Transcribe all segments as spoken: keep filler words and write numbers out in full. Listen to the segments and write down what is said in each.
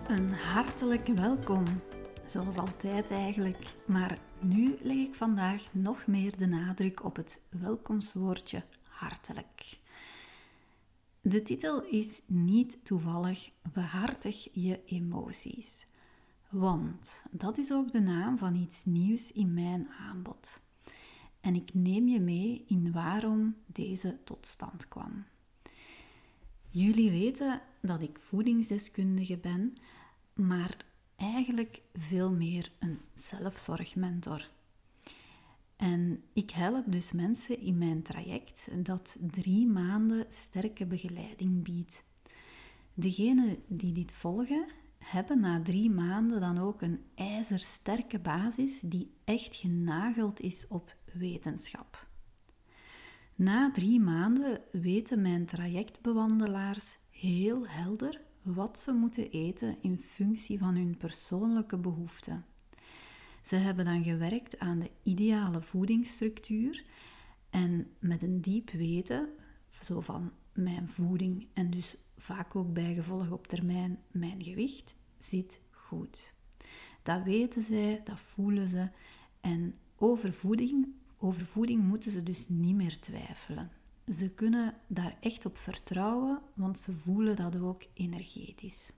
Een hartelijk welkom, zoals altijd eigenlijk, maar nu leg ik vandaag nog meer de nadruk op het welkomstwoordje hartelijk. De titel is niet toevallig Behartig je emoties, want dat is ook de naam van iets nieuws in mijn aanbod. En ik neem je mee in waarom deze tot stand kwam. Jullie weten dat ik voedingsdeskundige ben, maar eigenlijk veel meer een zelfzorgmentor. En ik help dus mensen in mijn traject dat drie maanden sterke begeleiding biedt. Degenen die dit volgen, hebben na drie maanden dan ook een ijzersterke basis die echt genageld is op wetenschap. Na drie maanden weten mijn trajectbewandelaars heel helder wat ze moeten eten in functie van hun persoonlijke behoeften. Ze hebben dan gewerkt aan de ideale voedingsstructuur en met een diep weten, zo van mijn voeding en dus vaak ook bijgevolg op termijn mijn gewicht, zit goed. Dat weten zij, dat voelen ze en over voeding, over voeding moeten ze dus niet meer twijfelen. Ze kunnen daar echt op vertrouwen, want ze voelen dat ook energetisch.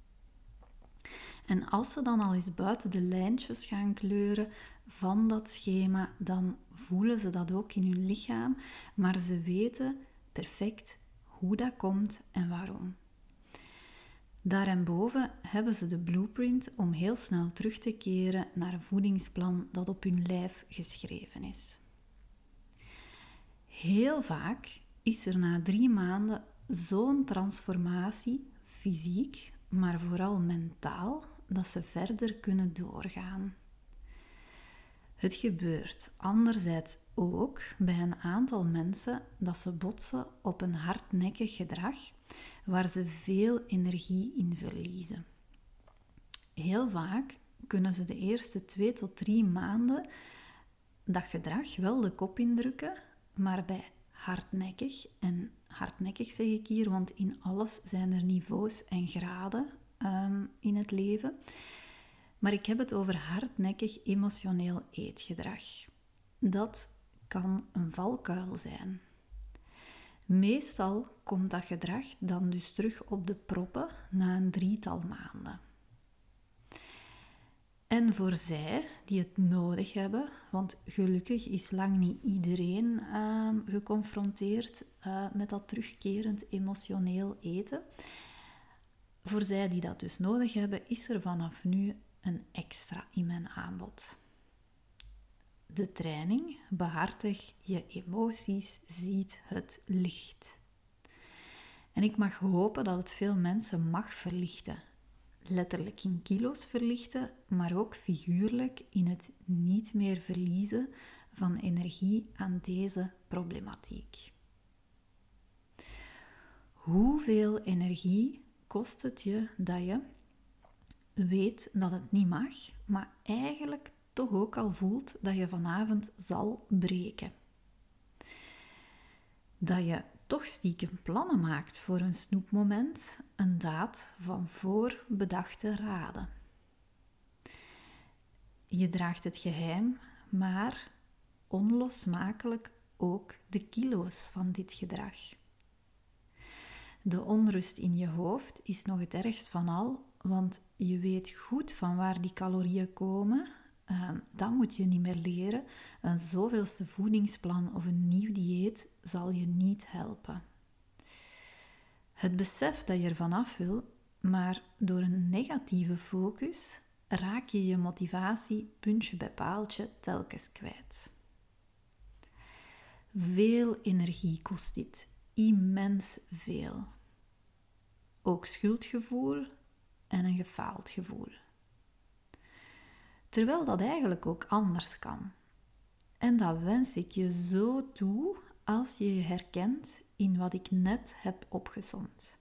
En als ze dan al eens buiten de lijntjes gaan kleuren van dat schema, dan voelen ze dat ook in hun lichaam, maar ze weten perfect hoe dat komt en waarom. Daarboven hebben ze de blueprint om heel snel terug te keren naar een voedingsplan dat op hun lijf geschreven is. Heel vaak is er na drie maanden zo'n transformatie, fysiek, maar vooral mentaal, dat ze verder kunnen doorgaan. Het gebeurt anderzijds ook bij een aantal mensen dat ze botsen op een hardnekkig gedrag waar ze veel energie in verliezen. Heel vaak kunnen ze de eerste twee tot drie maanden dat gedrag wel de kop indrukken, maar bij hardnekkig, en hardnekkig zeg ik hier, want in alles zijn er niveaus en graden um, in het leven. Maar ik heb het over hardnekkig emotioneel eetgedrag. Dat kan een valkuil zijn. Meestal komt dat gedrag dan dus terug op de proppen na een drietal maanden. En voor zij die het nodig hebben, want gelukkig is lang niet iedereen uh, geconfronteerd uh, met dat terugkerend emotioneel eten. Voor zij die dat dus nodig hebben, is er vanaf nu een extra in mijn aanbod. De training Behartig je emoties ziet het licht. En ik mag hopen dat het veel mensen mag verlichten. Letterlijk in kilo's verlichten, maar ook figuurlijk in het niet meer verliezen van energie aan deze problematiek. Hoeveel energie kost het je dat je weet dat het niet mag, maar eigenlijk toch ook al voelt dat je vanavond zal breken? Dat je toch stiekem plannen maakt voor een snoepmoment, een daad van voorbedachte raden. Je draagt het geheim, maar onlosmakelijk ook de kilo's van dit gedrag. De onrust in je hoofd is nog het ergst van al, want je weet goed van waar die calorieën komen. Uh, dat moet je niet meer leren. Een zoveelste voedingsplan of een nieuw dieet zal je niet helpen. Het besef dat je ervan af wil, maar door een negatieve focus raak je je motivatie puntje bij paaltje telkens kwijt. Veel energie kost dit, immens veel. Ook schuldgevoel en een gefaald gevoel. Terwijl dat eigenlijk ook anders kan. En dat wens ik je zo toe als je je herkent in wat ik net heb opgesomd.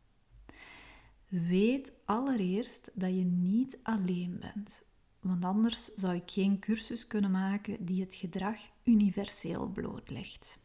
Weet allereerst dat je niet alleen bent, want anders zou ik geen cursus kunnen maken die het gedrag universeel blootlegt.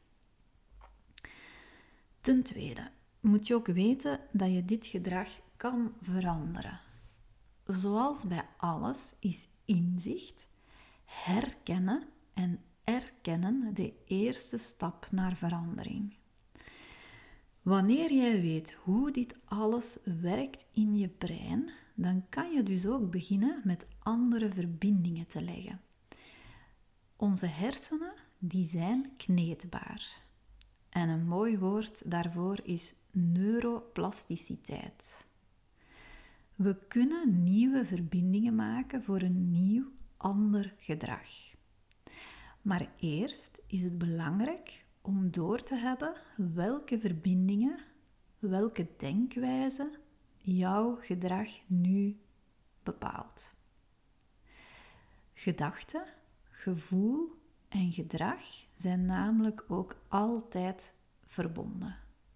Ten tweede moet je ook weten dat je dit gedrag kan veranderen. zoals bij alles is inzicht, herkennen en erkennen de eerste stap naar verandering. Wanneer jij weet hoe dit alles werkt in je brein, dan kan je dus ook beginnen met andere verbindingen te leggen. Onze hersenen, die zijn kneedbaar. En een mooi woord daarvoor is neuroplasticiteit. We kunnen nieuwe verbindingen maken voor een nieuw, ander gedrag. Maar eerst is het belangrijk om door te hebben welke verbindingen, welke denkwijze jouw gedrag nu bepaalt. Gedachte, gevoel en gedrag zijn namelijk ook altijd verbonden.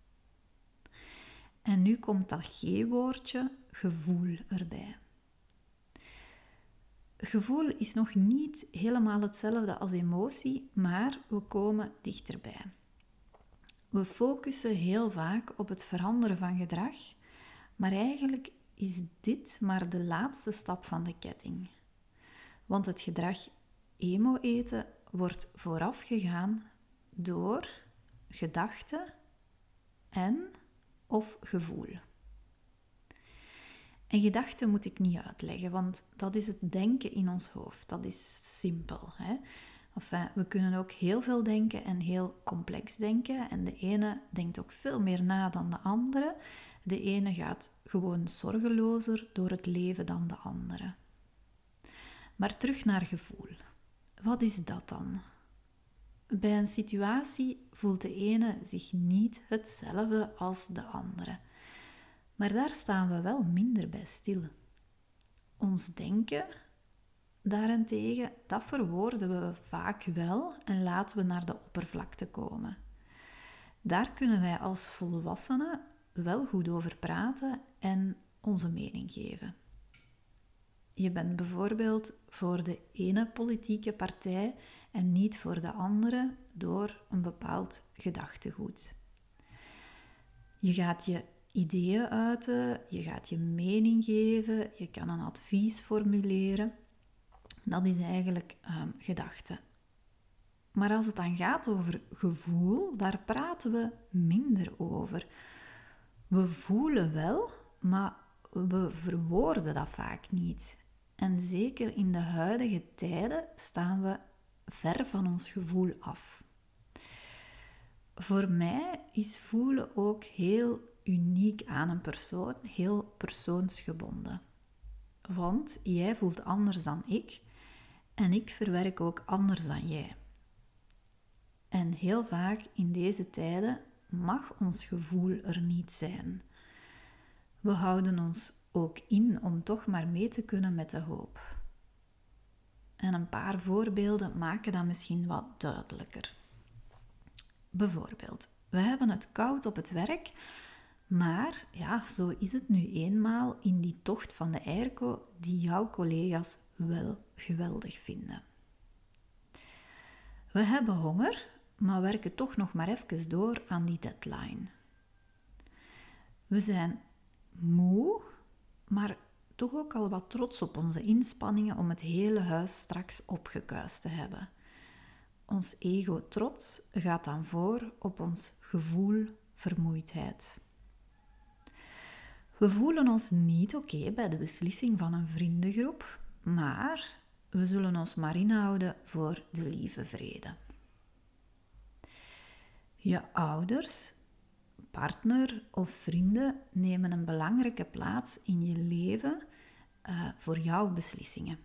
En nu komt dat G-woordje, gevoel, erbij. Gevoel is nog niet helemaal hetzelfde als emotie, maar we komen dichterbij. We focussen heel vaak op het veranderen van gedrag, maar eigenlijk is dit maar de laatste stap van de ketting. Want het gedrag emo eten wordt voorafgegaan door gedachte en of gevoel. En gedachten moet ik niet uitleggen, want dat is het denken in ons hoofd. Dat is simpel. Hè? Enfin, we kunnen ook heel veel denken en heel complex denken. En de ene denkt ook veel meer na dan de andere. De ene gaat gewoon zorgelozer door het leven dan de andere. Maar terug naar gevoel. Wat is dat dan? Bij een situatie voelt de ene zich niet hetzelfde als de andere. Maar daar staan we wel minder bij stil. Ons denken, daarentegen, dat verwoorden we vaak wel en laten we naar de oppervlakte komen. Daar kunnen wij als volwassenen wel goed over praten en onze mening geven. Je bent bijvoorbeeld voor de ene politieke partij en niet voor de andere door een bepaald gedachtegoed. Je gaat je ideeën uiten, je gaat je mening geven, je kan een advies formuleren. Dat is eigenlijk um, gedachte. Maar als het dan gaat over gevoel, daar praten we minder over. We voelen wel, maar we verwoorden dat vaak niet. En zeker in de huidige tijden staan we ver van ons gevoel af. Voor mij is voelen ook heel uniek aan een persoon, heel persoonsgebonden. Want jij voelt anders dan ik en ik verwerk ook anders dan jij. En heel vaak in deze tijden mag ons gevoel er niet zijn. We houden ons ook in om toch maar mee te kunnen met de hoop. En een paar voorbeelden maken dat misschien wat duidelijker. Bijvoorbeeld, we hebben het koud op het werk, maar ja, zo is het nu eenmaal in die tocht van de airco die jouw collega's wel geweldig vinden. We hebben honger, maar werken toch nog maar even door aan die deadline. We zijn moe, maar toch ook al wat trots op onze inspanningen om het hele huis straks opgekuist te hebben. Ons ego-trots gaat dan voor op ons gevoel vermoeidheid. We voelen ons niet oké bij de beslissing van een vriendengroep, maar we zullen ons maar inhouden voor de lieve vrede. Je ouders, partner of vrienden nemen een belangrijke plaats in je leven uh, voor jouw beslissingen.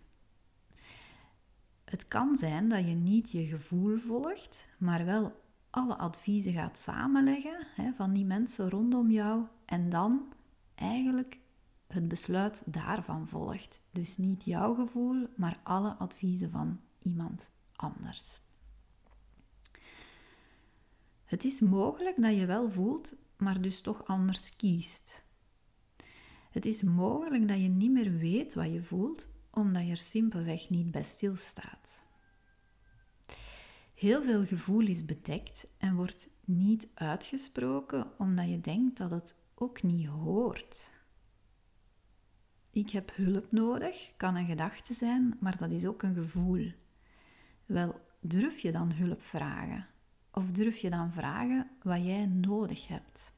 Het kan zijn dat je niet je gevoel volgt, maar wel alle adviezen gaat samenleggen hè, van die mensen rondom jou en dan eigenlijk het besluit daarvan volgt. Dus niet jouw gevoel, maar alle adviezen van iemand anders. Het is mogelijk dat je wel voelt, maar dus toch anders kiest. Het is mogelijk dat je niet meer weet wat je voelt, omdat je er simpelweg niet bij stilstaat. Heel veel gevoel is bedekt en wordt niet uitgesproken, omdat je denkt dat het ook niet hoort. ik heb hulp nodig, kan een gedachte zijn, maar dat is ook een gevoel. Wel, durf je dan hulp vragen? Of durf je dan vragen wat jij nodig hebt?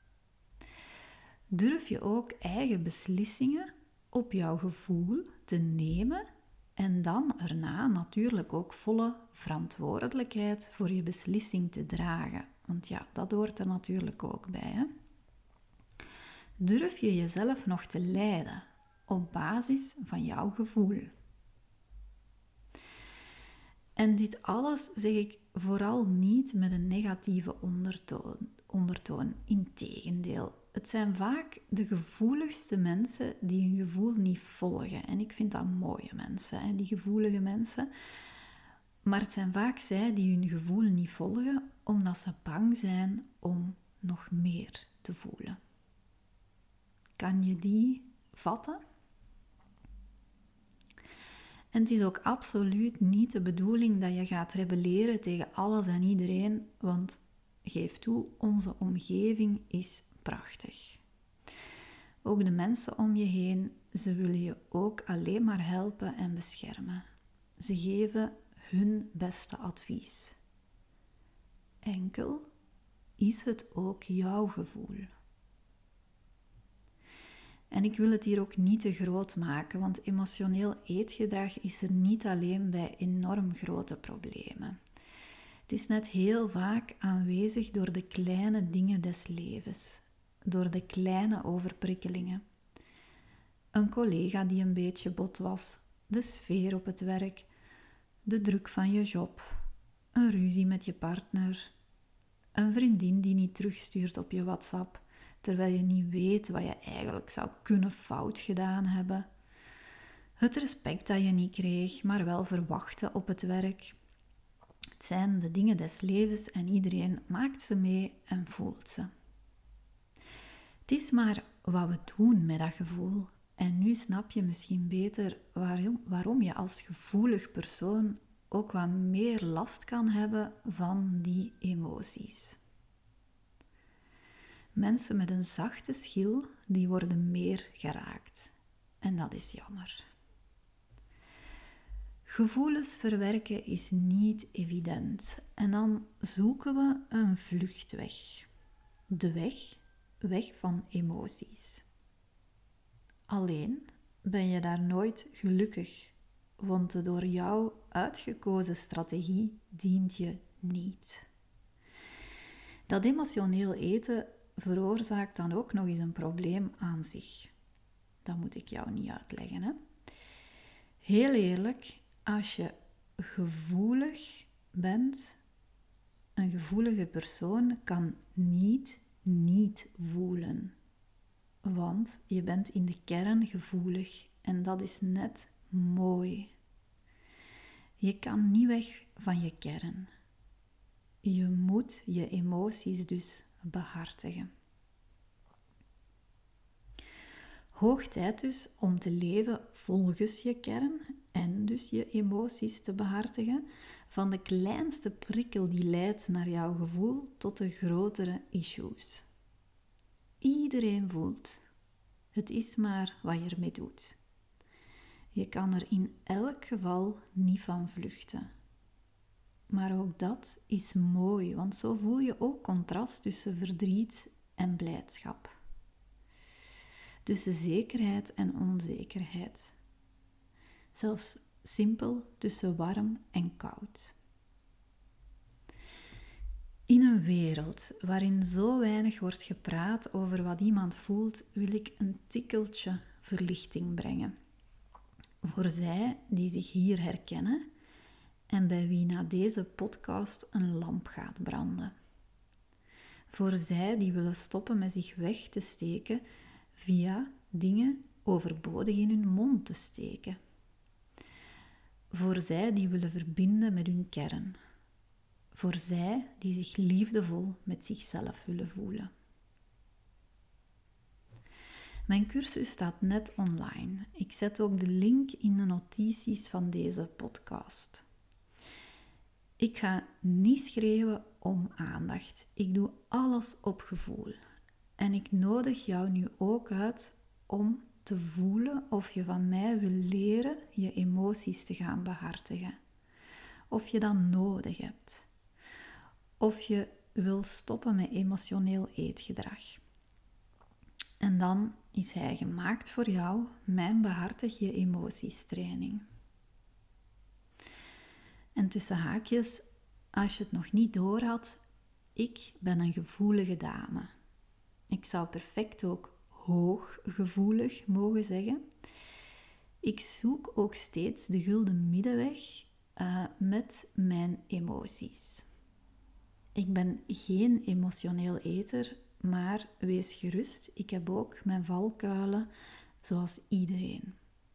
Durf je ook eigen beslissingen op jouw gevoel te nemen en dan erna natuurlijk ook volle verantwoordelijkheid voor je beslissing te dragen? Want ja, dat hoort er natuurlijk ook bij, hè? Durf je jezelf nog te leiden op basis van jouw gevoel? En dit alles zeg ik vooral niet met een negatieve ondertoon. ondertoon. Integendeel, het zijn vaak de gevoeligste mensen die hun gevoel niet volgen. En ik vind dat mooie mensen, hè, die gevoelige mensen. Maar het zijn vaak zij die hun gevoel niet volgen, omdat ze bang zijn om nog meer te voelen. Kan je die vatten? En het is ook absoluut niet de bedoeling dat je gaat rebelleren tegen alles en iedereen, want geef toe, onze omgeving is prachtig. Ook de mensen om je heen, ze willen je ook alleen maar helpen en beschermen. Ze geven hun beste advies. Enkel is het ook jouw gevoel. En ik wil het hier ook niet te groot maken, want emotioneel eetgedrag is er niet alleen bij enorm grote problemen. Het is net heel vaak aanwezig door de kleine dingen des levens, door de kleine overprikkelingen. Een collega die een beetje bot was, de sfeer op het werk, de druk van je job, een ruzie met je partner, een vriendin die niet terugstuurt op je WhatsApp, terwijl je niet weet wat je eigenlijk zou kunnen fout gedaan hebben. Het respect dat je niet kreeg, maar wel verwachtte op het werk. Het zijn de dingen des levens en iedereen maakt ze mee en voelt ze. Het is maar wat we doen met dat gevoel. En nu snap je misschien beter waarom, waarom je als gevoelig persoon ook wat meer last kan hebben van die emoties. Mensen met een zachte schil, die worden meer geraakt. En dat is jammer. Gevoelens verwerken is niet evident. En dan zoeken we een vluchtweg. De weg, weg van emoties. Alleen ben je daar nooit gelukkig, want de door jou uitgekozen strategie dient je niet. Dat emotioneel eten veroorzaakt dan ook nog eens een probleem aan zich. Dat moet ik jou niet uitleggen, hè? Heel eerlijk, als je gevoelig bent, een gevoelige persoon kan niet niet voelen. Want je bent in de kern gevoelig en dat is net mooi. Je kan niet weg van je kern. Je moet je emoties dus behartigen. Hoog tijd dus om te leven volgens je kern en dus je emoties te behartigen, van de kleinste prikkel die leidt naar jouw gevoel tot de grotere issues. Iedereen voelt. Het is maar wat je ermee doet. Je kan er in elk geval niet van vluchten. Maar ook dat is mooi, want zo voel je ook contrast tussen verdriet en blijdschap. Tussen zekerheid en onzekerheid. Zelfs simpel tussen warm en koud. In een wereld waarin zo weinig wordt gepraat over wat iemand voelt, wil ik een tikkeltje verlichting brengen. Voor zij die zich hier herkennen en bij wie na deze podcast een lamp gaat branden. Voor zij die willen stoppen met zich weg te steken via dingen overbodig in hun mond te steken. Voor zij die willen verbinden met hun kern. Voor zij die zich liefdevol met zichzelf willen voelen. Mijn cursus staat net online. Ik zet ook de link in de notities van deze podcast. Ik ga niet schreeuwen om aandacht. Ik doe alles op gevoel. En ik nodig jou nu ook uit om te voelen of je van mij wil leren je emoties te gaan behartigen. Of je dat nodig hebt. Of je wil stoppen met emotioneel eetgedrag. En dan is hij gemaakt voor jou, mijn behartig je emoties training. En tussen haakjes, als je het nog niet door had, ik ben een gevoelige dame. Ik zou perfect ook hooggevoelig mogen zeggen. Ik zoek ook steeds de gulden middenweg uh, met mijn emoties. Ik ben geen emotioneel eter, maar wees gerust, ik heb ook mijn valkuilen zoals iedereen.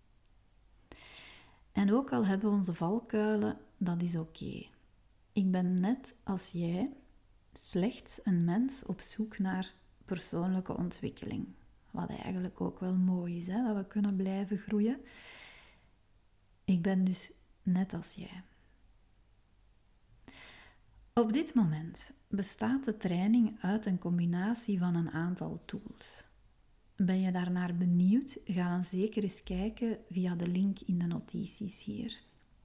En ook al hebben we onze valkuilen, dat is oké. Okay. Ik ben net als jij slechts een mens op zoek naar persoonlijke ontwikkeling. Wat eigenlijk ook wel mooi is, hè? Dat we kunnen blijven groeien. Ik ben dus net als jij. Op dit moment bestaat de training uit een combinatie van een aantal tools. Ben je daarnaar benieuwd? Ga dan zeker eens kijken via de link in de notities hier.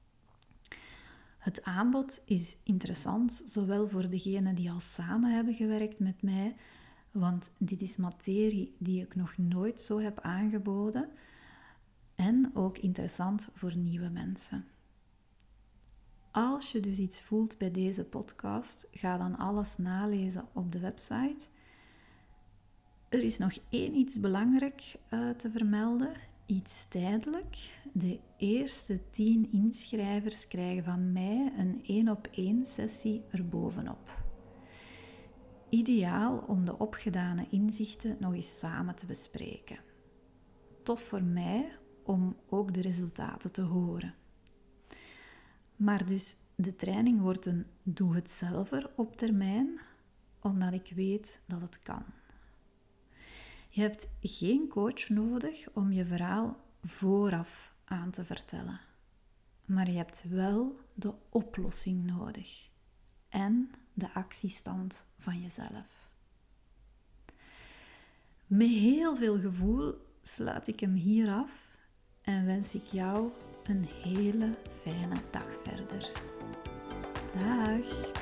Het aanbod is interessant, zowel voor degenen die al samen hebben gewerkt met mij, want dit is materie die ik nog nooit zo heb aangeboden, en ook interessant voor nieuwe mensen. Als je dus iets voelt bij deze podcast, ga dan alles nalezen op de website. Er is nog één iets belangrijk uh, te vermelden, iets tijdelijk. De eerste tien inschrijvers krijgen van mij een één op één sessie erbovenop. Ideaal om de opgedane inzichten nog eens samen te bespreken. Tof voor mij om ook de resultaten te horen. Maar dus de training wordt een doe-het-zelver op termijn, omdat ik weet dat het kan. Je hebt geen coach nodig om je verhaal vooraf aan te vertellen. Maar je hebt wel de oplossing nodig. En de actiestand van jezelf. Met heel veel gevoel sluit ik hem hier af en wens ik jou een hele fijne dag verder. Dag!